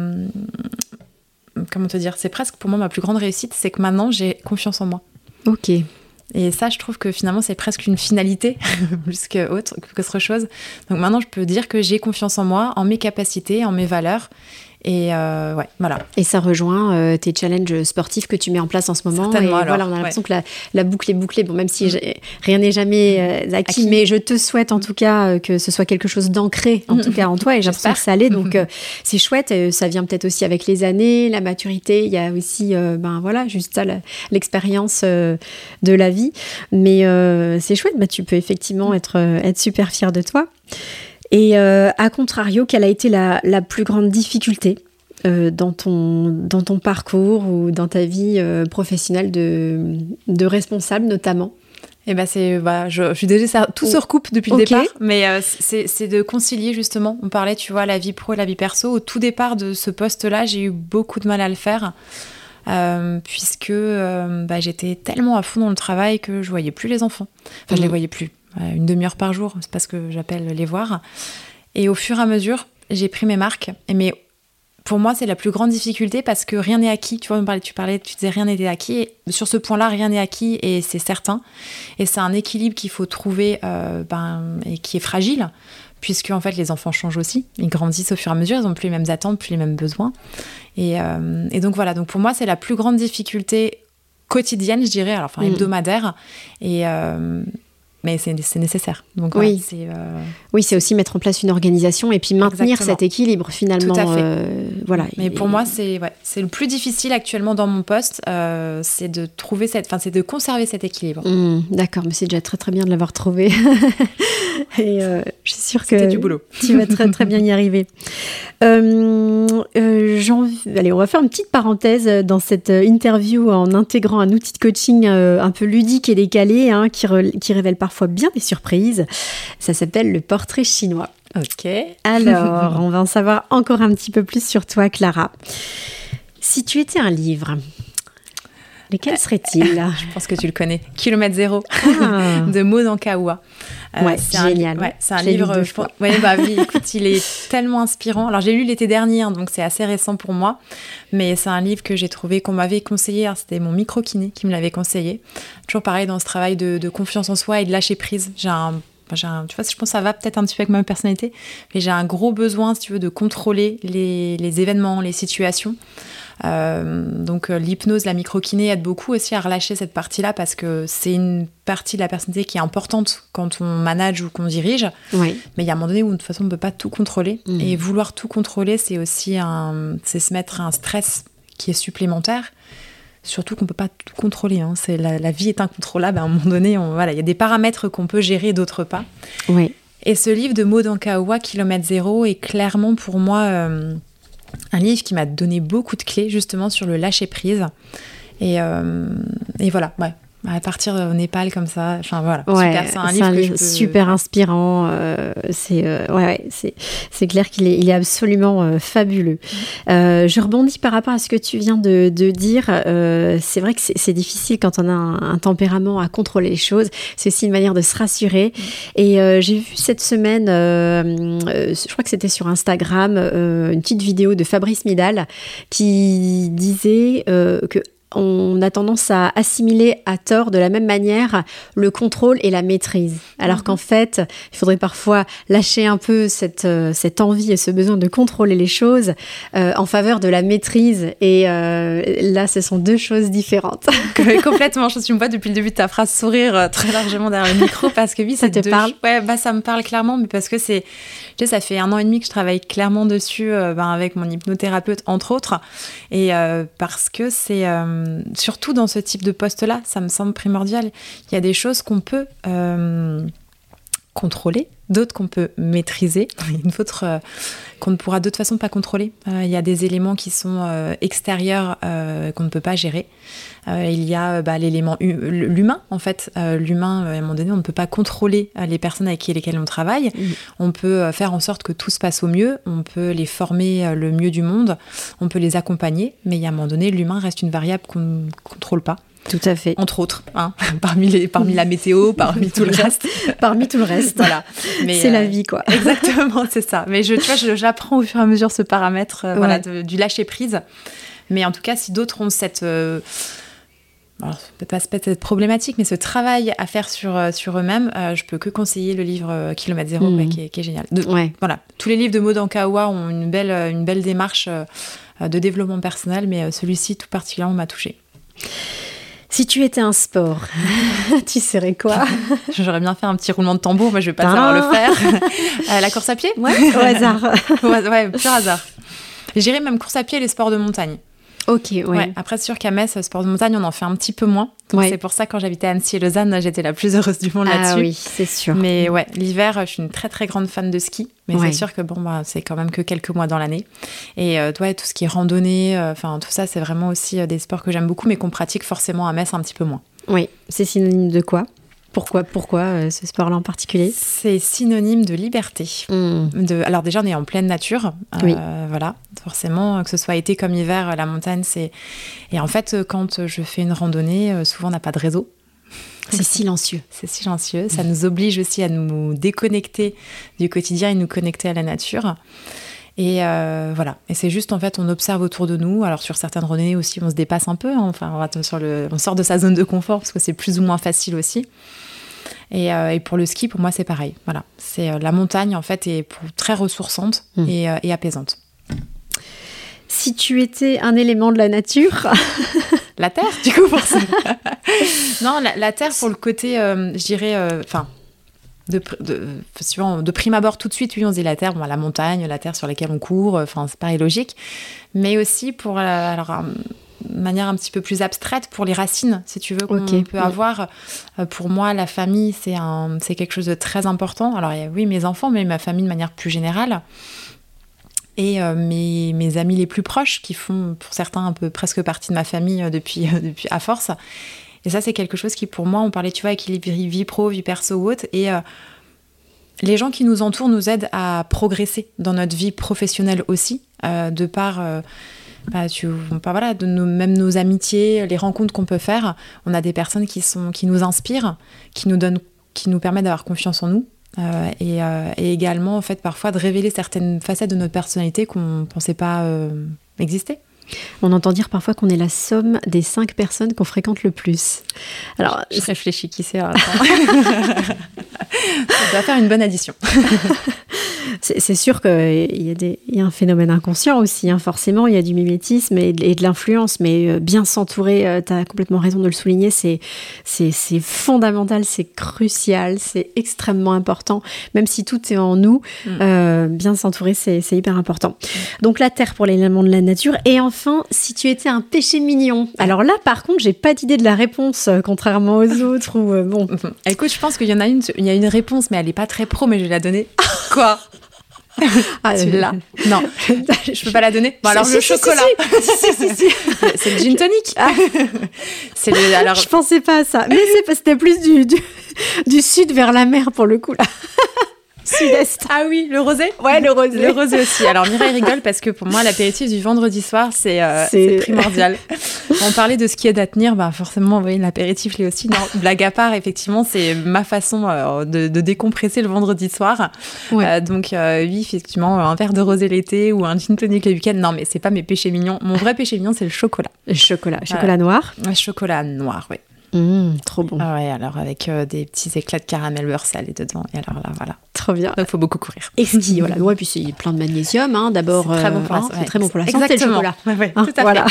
Speaker 2: comment te dire, c'est presque pour moi ma plus grande réussite, c'est que maintenant j'ai confiance en moi.
Speaker 1: Ok.
Speaker 2: Et ça, je trouve que finalement c'est presque une finalité plus qu'autre chose. Donc maintenant je peux dire que j'ai confiance en moi, en mes capacités, en mes valeurs. Et voilà.
Speaker 1: Et ça rejoint tes challenges sportifs que tu mets en place en ce moment.
Speaker 2: Certainement.
Speaker 1: Et voilà, on a l'impression que la boucle est bouclée. Bon, même si rien n'est jamais acquis, mais je te souhaite en tout cas que ce soit quelque chose d'ancré, en tout cas en toi. Et j'ai l'impression que ça l'est. Donc c'est chouette. Ça vient peut-être aussi avec les années, la maturité. Il y a aussi, juste ça, l'expérience de la vie. Mais c'est chouette. Tu peux effectivement être super fière de toi. Et à contrario, quelle a été la plus grande difficulté dans ton parcours ou dans ta vie professionnelle de responsable notamment ?
Speaker 2: Eh ben je suis déjà tout se recoupe depuis le départ, mais c'est de concilier justement. On parlait, tu vois, la vie pro et la vie perso. Au tout départ de ce poste-là, j'ai eu beaucoup de mal à le faire. Puisque j'étais tellement à fond dans le travail que je voyais plus les enfants. Enfin, je les voyais plus. Une demi-heure par jour, c'est pas ce que j'appelle les voir. Et au fur et à mesure, j'ai pris mes marques. Mais pour moi, c'est la plus grande difficulté parce que rien n'est acquis. Tu vois, tu disais rien n'était acquis. Et sur ce point-là, rien n'est acquis et c'est certain. Et c'est un équilibre qu'il faut trouver et qui est fragile. Puisque en fait, les enfants changent aussi. Ils grandissent au fur et à mesure. Ils n'ont plus les mêmes attentes, plus les mêmes besoins. Et donc voilà. Donc pour moi, c'est la plus grande difficulté quotidienne, je dirais, hebdomadaire. Mais c'est nécessaire. Donc,
Speaker 1: oui. C'est aussi mettre en place une organisation et puis maintenir cet équilibre finalement.
Speaker 2: Tout à fait. Mais pour moi, c'est le plus difficile actuellement dans mon poste, c'est de trouver c'est de conserver cet équilibre.
Speaker 1: D'accord, mais c'est déjà très très bien de l'avoir trouvé. Et je suis sûre que
Speaker 2: c'était du boulot.
Speaker 1: Tu vas très très bien y arriver. Allez, on va faire une petite parenthèse dans cette interview en intégrant un outil de coaching un peu ludique et décalé qui révèle parfois bien des surprises. Ça s'appelle le portrait chinois.
Speaker 2: Ok.
Speaker 1: Alors, on va en savoir encore un petit peu plus sur toi, Clara. Si tu étais un livre, lequel serait-il ?
Speaker 2: Je pense que tu le connais. Kilomètre Zéro de Maud Ankaoua.
Speaker 1: C'est génial.
Speaker 2: C'est un livre. Oui, écoute, il est tellement inspirant. Alors, j'ai lu l'été dernier, donc c'est assez récent pour moi. Mais c'est un livre que j'ai trouvé, qu'on m'avait conseillé. C'était mon micro-kiné qui me l'avait conseillé. Toujours pareil dans ce travail de confiance en soi et de lâcher prise. J'ai un tu vois, je pense que ça va peut-être un petit peu avec ma personnalité, mais j'ai un gros besoin, si tu veux, de contrôler les événements, les situations. Donc l'hypnose, la microkiné aide beaucoup aussi à relâcher cette partie-là parce que c'est une partie de la personnalité qui est importante quand on manage ou qu'on dirige.
Speaker 1: Oui.
Speaker 2: Mais il y a un moment donné où de toute façon on ne peut pas tout contrôler. Et vouloir tout contrôler, c'est aussi c'est se mettre un stress qui est supplémentaire. Surtout qu'on ne peut pas tout contrôler. Hein. La vie est incontrôlable. À un moment donné, il y a des paramètres qu'on peut gérer, d'autres pas.
Speaker 1: Oui.
Speaker 2: Et ce livre de Maud Ankawa, Kilomètre Zéro, est clairement pour moi un livre qui m'a donné beaucoup de clés justement sur le lâcher-prise. Et voilà, ouais. À partir au Népal comme ça, enfin voilà, super. C'est un livre
Speaker 1: super inspirant. C'est clair qu'il est absolument fabuleux. Je rebondis par rapport à ce que tu viens de dire. C'est vrai que c'est difficile quand on a un tempérament à contrôler les choses. C'est aussi une manière de se rassurer. Et j'ai vu cette semaine, je crois que c'était sur Instagram, une petite vidéo de Fabrice Midal qui disait que on a tendance à assimiler à tort de la même manière le contrôle et la maîtrise. Alors qu'en fait, il faudrait parfois lâcher un peu cette envie et ce besoin de contrôler les choses en faveur de la maîtrise. Et là, ce sont deux choses différentes.
Speaker 2: Complètement. Je me vois depuis le début de ta phrase sourire très largement derrière le micro parce que oui,
Speaker 1: ça te parle.
Speaker 2: Ouais, ça me parle clairement, mais parce que tu sais, ça fait 1 an et demi que je travaille clairement dessus avec mon hypnothérapeute, entre autres. Et parce que c'est... surtout dans ce type de poste-là, ça me semble primordial. Il y a des choses qu'on peut contrôler, d'autres qu'on peut maîtriser, d'autres qu'on ne pourra de toute façon pas contrôler. Il y a des éléments qui sont extérieurs qu'on ne peut pas gérer. Il y a l'élément l'humain, en fait. L'humain, à un moment donné, on ne peut pas contrôler les personnes avec lesquelles on travaille. On peut faire en sorte que tout se passe au mieux. On peut les former le mieux du monde. On peut les accompagner. Mais il y a un moment donné, l'humain reste une variable qu'on ne contrôle pas.
Speaker 1: Tout à fait.
Speaker 2: Entre autres, hein, parmi la météo, parmi tout le reste.
Speaker 1: Parmi tout le reste.
Speaker 2: Voilà. Mais,
Speaker 1: c'est la vie, quoi.
Speaker 2: Exactement, c'est ça. Mais tu vois, j'apprends au fur et à mesure ce paramètre du lâcher-prise. Mais en tout cas, si d'autres ont cette... alors, peut-être être problématique, mais ce travail à faire sur eux-mêmes, je peux que conseiller le livre Kilomètre Zéro, qui est génial. Voilà. Tous les livres de Maud Ankawa ont une belle démarche de développement personnel, mais celui-ci tout particulièrement m'a touchée.
Speaker 1: Si tu étais un sport, tu serais quoi?
Speaker 2: J'aurais bien fait un petit roulement de tambour, mais je vais pas savoir le faire. La course à pied?
Speaker 1: Ouais, au hasard.
Speaker 2: Ouais, pur hasard. J'irais même course à pied et les sports de montagne.
Speaker 1: Ok, ouais.
Speaker 2: Après, c'est sûr qu'à Metz, sport de montagne, on en fait un petit peu moins. Donc c'est pour ça, quand j'habitais à Annecy et Lausanne, j'étais la plus heureuse du monde là-dessus.
Speaker 1: Ah oui, c'est sûr.
Speaker 2: Mais ouais, l'hiver, je suis une très très grande fan de ski. Mais c'est sûr que c'est quand même que quelques mois dans l'année. Et tout ce qui est randonnée, tout ça, c'est vraiment aussi des sports que j'aime beaucoup, mais qu'on pratique forcément à Metz un petit peu moins.
Speaker 1: Oui, c'est synonyme de quoi ? Pourquoi ce sport-là en particulier ?
Speaker 2: C'est synonyme de liberté. Alors déjà, on est en pleine nature. Voilà, forcément, que ce soit été comme hiver, la montagne, c'est... Et en fait, quand je fais une randonnée, souvent, on n'a pas de réseau.
Speaker 1: C'est silencieux.
Speaker 2: C'est silencieux. Ça nous oblige aussi à nous déconnecter du quotidien et nous connecter à la nature. Et voilà. Et c'est juste, en fait, on observe autour de nous. Alors, sur certaines randonnées aussi, on se dépasse un peu. Hein. Enfin, on sort de sa zone de confort parce que c'est plus ou moins facile aussi. Et pour le ski, pour moi, c'est pareil. Voilà. C'est la montagne, en fait, est très ressourçante et apaisante.
Speaker 1: Si tu étais un élément de la nature...
Speaker 2: La terre, du coup, pour ça. Non, la terre, pour le côté, je dirais... de prime abord, tout de suite, oui, on se dit la terre, la montagne, la terre sur laquelle on court, c'est pareil, logique. Mais aussi pour... de manière un petit peu plus abstraite pour les racines, si tu veux, qu'on peut avoir. Pour moi, la famille, c'est quelque chose de très important. Alors, il y a, oui, mes enfants, mais ma famille de manière plus générale. Et mes amis les plus proches, qui font, pour certains, un peu presque partie de ma famille depuis à force. Et ça, c'est quelque chose qui, pour moi, on parlait, tu vois, équilibre vie pro, vie perso ou autre. Et les gens qui nous entourent nous aident à progresser dans notre vie professionnelle aussi, de par... même nos amitiés, les rencontres qu'on peut faire, on a des personnes qui nous inspirent, qui nous permettent d'avoir confiance en nous et également en fait parfois de révéler certaines facettes de notre personnalité qu'on ne pensait pas exister.
Speaker 1: On entend dire parfois qu'on est la somme des 5 personnes qu'on fréquente le plus. Alors,
Speaker 2: je réfléchis qui c'est. Ça doit faire une bonne addition.
Speaker 1: C'est sûr qu'il y a un phénomène inconscient aussi, hein. Forcément, il y a du mimétisme et de l'influence, mais bien s'entourer, tu as complètement raison de le souligner, c'est fondamental, c'est crucial, c'est extrêmement important, même si tout est en nous, bien s'entourer, c'est hyper important. Donc la terre pour l'élément de la nature, et enfin, si tu étais un péché mignon. Alors là, par contre, j'ai pas d'idée de la réponse, contrairement aux autres, ou bon.
Speaker 2: Écoute, je pense qu'il y en a une, il y a une réponse, mais elle est pas très pro, mais je vais la donner. Quoi? Tu l'as? Non, je peux pas la donner. Bon, alors le chocolat. Si. C'est le gin tonic. Alors...
Speaker 1: Je pensais pas à ça, mais c'était plus du sud vers la mer pour le coup là. Sud-est.
Speaker 2: Ah oui, le rosé?
Speaker 1: Ouais, le rosé.
Speaker 2: Le rosé aussi. Alors Mireille rigole parce que pour moi, l'apéritif du vendredi soir, c'est primordial. On parlait de ce qui est à tenir, forcément, oui, l'apéritif l'est aussi. Non, blague à part, effectivement, c'est ma façon de décompresser le vendredi soir. Ouais. Donc oui, effectivement, un verre de rosé l'été ou un gin tonic le week-end. Non, mais c'est pas mes péchés mignons. Mon vrai péché mignon, c'est le chocolat.
Speaker 1: Le chocolat noir?
Speaker 2: Chocolat noir, oui.
Speaker 1: Trop bon.
Speaker 2: Ah ouais, alors avec des petits éclats de caramel beurre salé dedans. Et alors là, voilà.
Speaker 1: Trop bien.
Speaker 2: Il faut beaucoup courir.
Speaker 1: Exquis, voilà. Ouais, puis c'est plein de magnésium, hein. D'abord,
Speaker 2: c'est très bon pour la,
Speaker 1: c'est très bon pour la santé, le chocolat.
Speaker 2: Ouais, tout à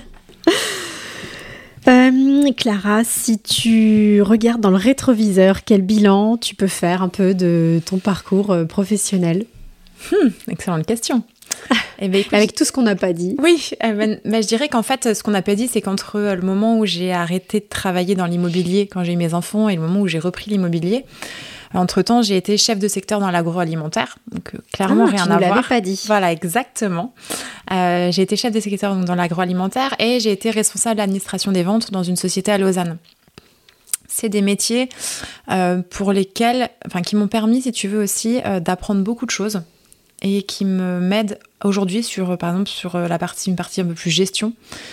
Speaker 1: fait. Clara, si tu regardes dans le rétroviseur, quel bilan tu peux faire un peu de ton parcours professionnel?
Speaker 2: Excellente question.
Speaker 1: Écoute, avec tout ce qu'on n'a pas dit.
Speaker 2: Oui, je dirais qu'en fait, ce qu'on n'a pas dit, c'est qu'entre le moment où j'ai arrêté de travailler dans l'immobilier, quand j'ai eu mes enfants, et le moment où j'ai repris l'immobilier, entre-temps, j'ai été chef de secteur dans l'agroalimentaire. Donc, clairement, rien à voir. Tu
Speaker 1: ne l'avais pas dit.
Speaker 2: Voilà, exactement. J'ai été chef de secteur dans l'agroalimentaire et j'ai été responsable de l'administration des ventes dans une société à Lausanne. C'est des métiers pour lesquels, qui m'ont permis, si tu veux aussi, d'apprendre beaucoup de choses et qui m'aident aujourd'hui par exemple sur une partie un peu plus gestion,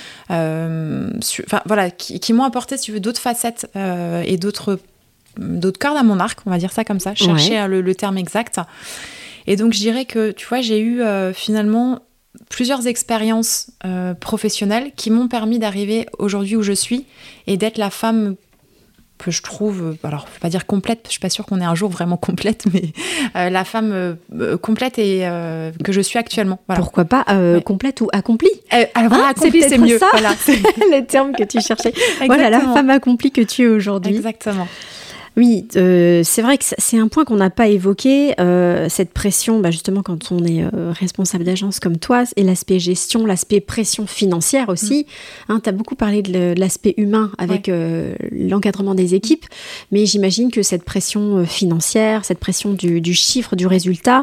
Speaker 2: qui m'ont apporté, si tu veux, d'autres facettes et d'autres cordes à mon arc, on va dire ça comme ça, chercher le terme exact. Et donc je dirais que, tu vois, j'ai eu finalement plusieurs expériences professionnelles qui m'ont permis d'arriver aujourd'hui où je suis et d'être la femme que je trouve, alors je ne vais pas dire complète, je ne suis pas sûre qu'on ait un jour vraiment complète, mais la femme complète et que je suis actuellement. Voilà.
Speaker 1: Pourquoi pas complète ou accomplie?
Speaker 2: Accomplie, c'est mieux.
Speaker 1: Ça, voilà. Les termes que tu cherchais. Voilà, la femme accomplie que tu es aujourd'hui.
Speaker 2: Exactement.
Speaker 1: Oui, c'est vrai que c'est un point qu'on n'a pas évoqué, cette pression, justement quand on est responsable d'agence comme toi, et l'aspect gestion, l'aspect pression financière aussi. Tu as beaucoup parlé de l'aspect humain avec l'encadrement des équipes, mais j'imagine que cette pression financière, cette pression du chiffre, du résultat,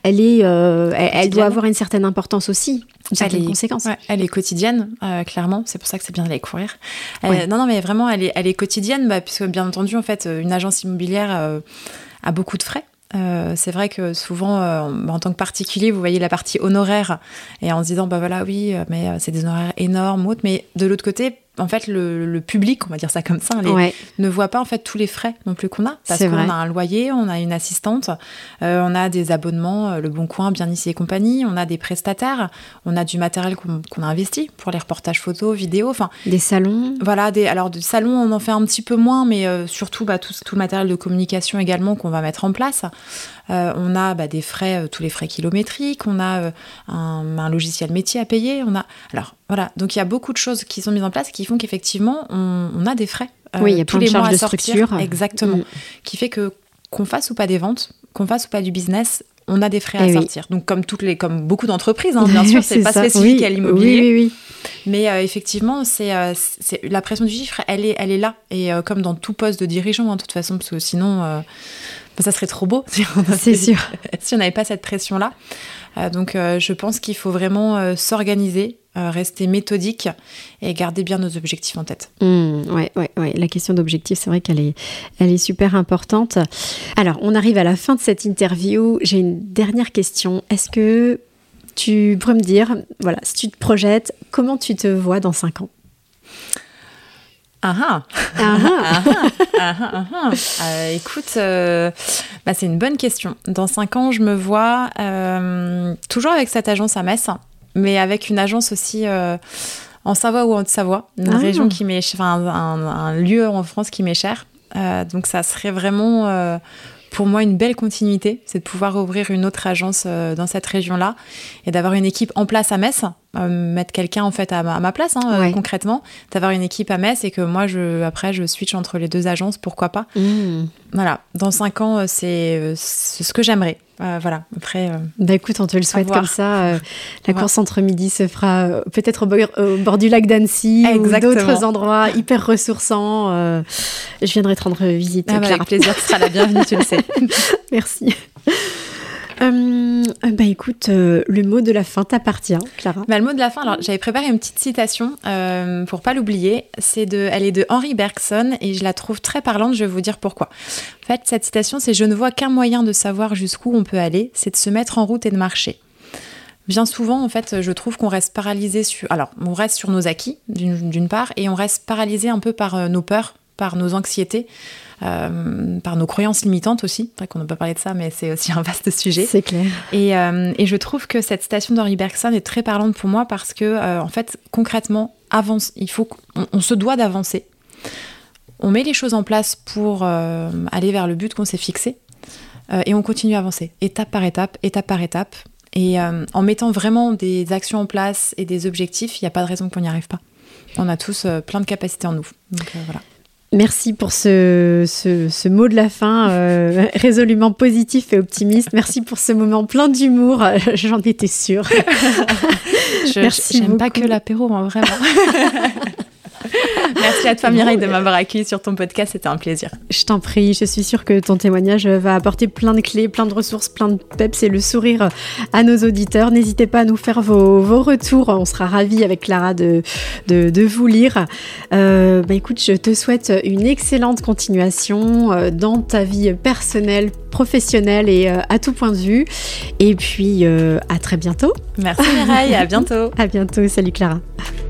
Speaker 1: elle doit avoir une certaine importance aussi. Une certaine conséquence.
Speaker 2: Ouais, elle est quotidienne, clairement. C'est pour ça que c'est bien d'aller courir. Non, mais vraiment, elle est quotidienne, puisque bien entendu, en fait, une agence immobilière a beaucoup de frais. C'est vrai que souvent, en tant que particulier, vous voyez la partie honoraire et en se disant, oui, mais c'est des honoraires énormes ou autres. Mais de l'autre côté, en fait, le public, on va dire ça comme ça, ne voit pas en fait tous les frais non plus qu'on a. Parce qu'on a un loyer, on a une assistante, on a des abonnements, Le Bon Coin, Bien Ici et compagnie, on a des prestataires, on a du matériel qu'on a investi pour les reportages photos, vidéos.
Speaker 1: Des salons.
Speaker 2: Voilà, alors des salons, on en fait un petit peu moins, mais surtout tout le matériel de communication également qu'on va mettre en place. On a des frais, tous les frais kilométriques, on a un logiciel métier à payer, alors voilà, donc il y a beaucoup de choses qui sont mises en place qui font qu'effectivement on a des frais
Speaker 1: il y a
Speaker 2: tous
Speaker 1: plein
Speaker 2: les
Speaker 1: de charges
Speaker 2: mois
Speaker 1: de
Speaker 2: à sortir,
Speaker 1: structure.
Speaker 2: exactement, qui fait que qu'on fasse ou pas des ventes, qu'on fasse ou pas du business, on a des frais à sortir. Donc comme beaucoup d'entreprises, bien sûr, c'est pas spécifique à l'immobilier.
Speaker 1: Oui.
Speaker 2: Mais effectivement, c'est la pression du chiffre, elle est là. Et comme dans tout poste de dirigeant, de toute façon, parce que sinon, ça serait trop beau si on n'avait pas cette pression-là. Donc, je pense qu'il faut vraiment s'organiser, rester méthodique et garder bien nos objectifs en tête.
Speaker 1: Ouais. La question d'objectif, c'est vrai qu'elle est super importante. Alors, on arrive à la fin de cette interview. J'ai une dernière question. Est-ce que tu pourrais me dire, voilà, si tu te projettes, comment tu te vois dans 5 ans?
Speaker 2: Écoute, c'est une bonne question. Dans 5 ans, je me vois toujours avec cette agence à Metz, mais avec une agence aussi en Savoie ou en Haute-Savoie, une région qui m'est, un lieu en France qui m'est cher. Donc ça serait vraiment pour moi une belle continuité, c'est de pouvoir ouvrir une autre agence dans cette région-là et d'avoir une équipe en place à Metz, mettre quelqu'un en fait à ma place concrètement, d'avoir une équipe à Metz et que moi après je switch entre les deux agences, pourquoi pas. Voilà, dans 5 ans c'est ce que j'aimerais. Voilà, après.
Speaker 1: Écoute, on te le souhaite comme ça. La course entre midi se fera peut-être au bord du lac d'Annecy ou d'autres endroits hyper ressourçants. Je viendrai te rendre visite. Clara.
Speaker 2: Avec plaisir, tu seras la bienvenue, tu le sais.
Speaker 1: Merci. Écoute, le mot de la fin t'appartient, Clara.
Speaker 2: Le mot de la fin, alors j'avais préparé une petite citation pour pas l'oublier. Elle est de Henri Bergson et je la trouve très parlante. Je vais vous dire pourquoi. En fait, cette citation, c'est « Je ne vois qu'un moyen de savoir jusqu'où on peut aller, c'est de se mettre en route et de marcher ». Bien souvent, en fait, je trouve qu'on reste paralysé on reste sur nos acquis, d'une part, et on reste paralysé un peu par nos peurs, par nos anxiétés, par nos croyances limitantes aussi. C'est vrai qu'on n'a pas parlé de ça, mais c'est aussi un vaste sujet.
Speaker 1: C'est clair.
Speaker 2: Et je trouve que cette citation d'Henri Bergson est très parlante pour moi parce que, en fait, concrètement, on se doit d'avancer. On met les choses en place pour aller vers le but qu'on s'est fixé et on continue à avancer, étape par étape, étape par étape. Et en mettant vraiment des actions en place et des objectifs, il n'y a pas de raison qu'on n'y arrive pas. On a tous plein de capacités en nous. Donc voilà.
Speaker 1: Merci pour ce mot de la fin résolument positif et optimiste. Merci pour ce moment plein d'humour. J'en étais sûre.
Speaker 2: Merci beaucoup. J'aime pas que l'apéro, hein, vraiment. Merci à toi Mireille de m'avoir accueillie sur ton podcast, c'était un plaisir.
Speaker 1: Je t'en prie, je suis sûre que ton témoignage va apporter plein de clés, plein de ressources, plein de peps et le sourire à nos auditeurs. N'hésitez pas à nous faire vos retours, on sera ravis avec Clara de vous lire. Écoute, je te souhaite une excellente continuation dans ta vie personnelle, professionnelle et à tout point de vue. Et puis à très bientôt.
Speaker 2: Merci Mireille, à bientôt.
Speaker 1: À bientôt, salut Clara.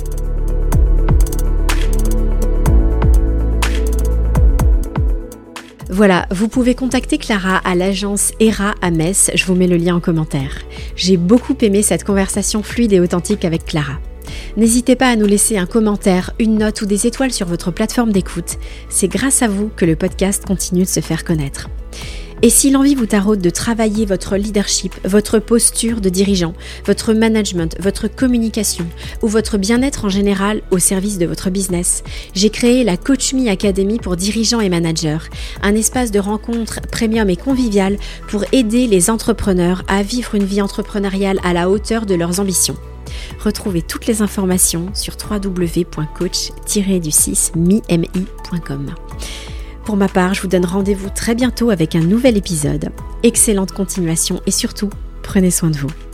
Speaker 1: Voilà, vous pouvez contacter Clara à l'agence ERA à Metz, je vous mets le lien en commentaire. J'ai beaucoup aimé cette conversation fluide et authentique avec Clara. N'hésitez pas à nous laisser un commentaire, une note ou des étoiles sur votre plateforme d'écoute. C'est grâce à vous que le podcast continue de se faire connaître. Et si l'envie vous taraude de travailler votre leadership, votre posture de dirigeant, votre management, votre communication ou votre bien-être en général au service de votre business, j'ai créé la Coach Me Academy pour dirigeants et managers, un espace de rencontre premium et convivial pour aider les entrepreneurs à vivre une vie entrepreneuriale à la hauteur de leurs ambitions. Retrouvez toutes les informations sur www.coach-me.com. Pour ma part, je vous donne rendez-vous très bientôt avec un nouvel épisode. Excellente continuation et surtout, prenez soin de vous.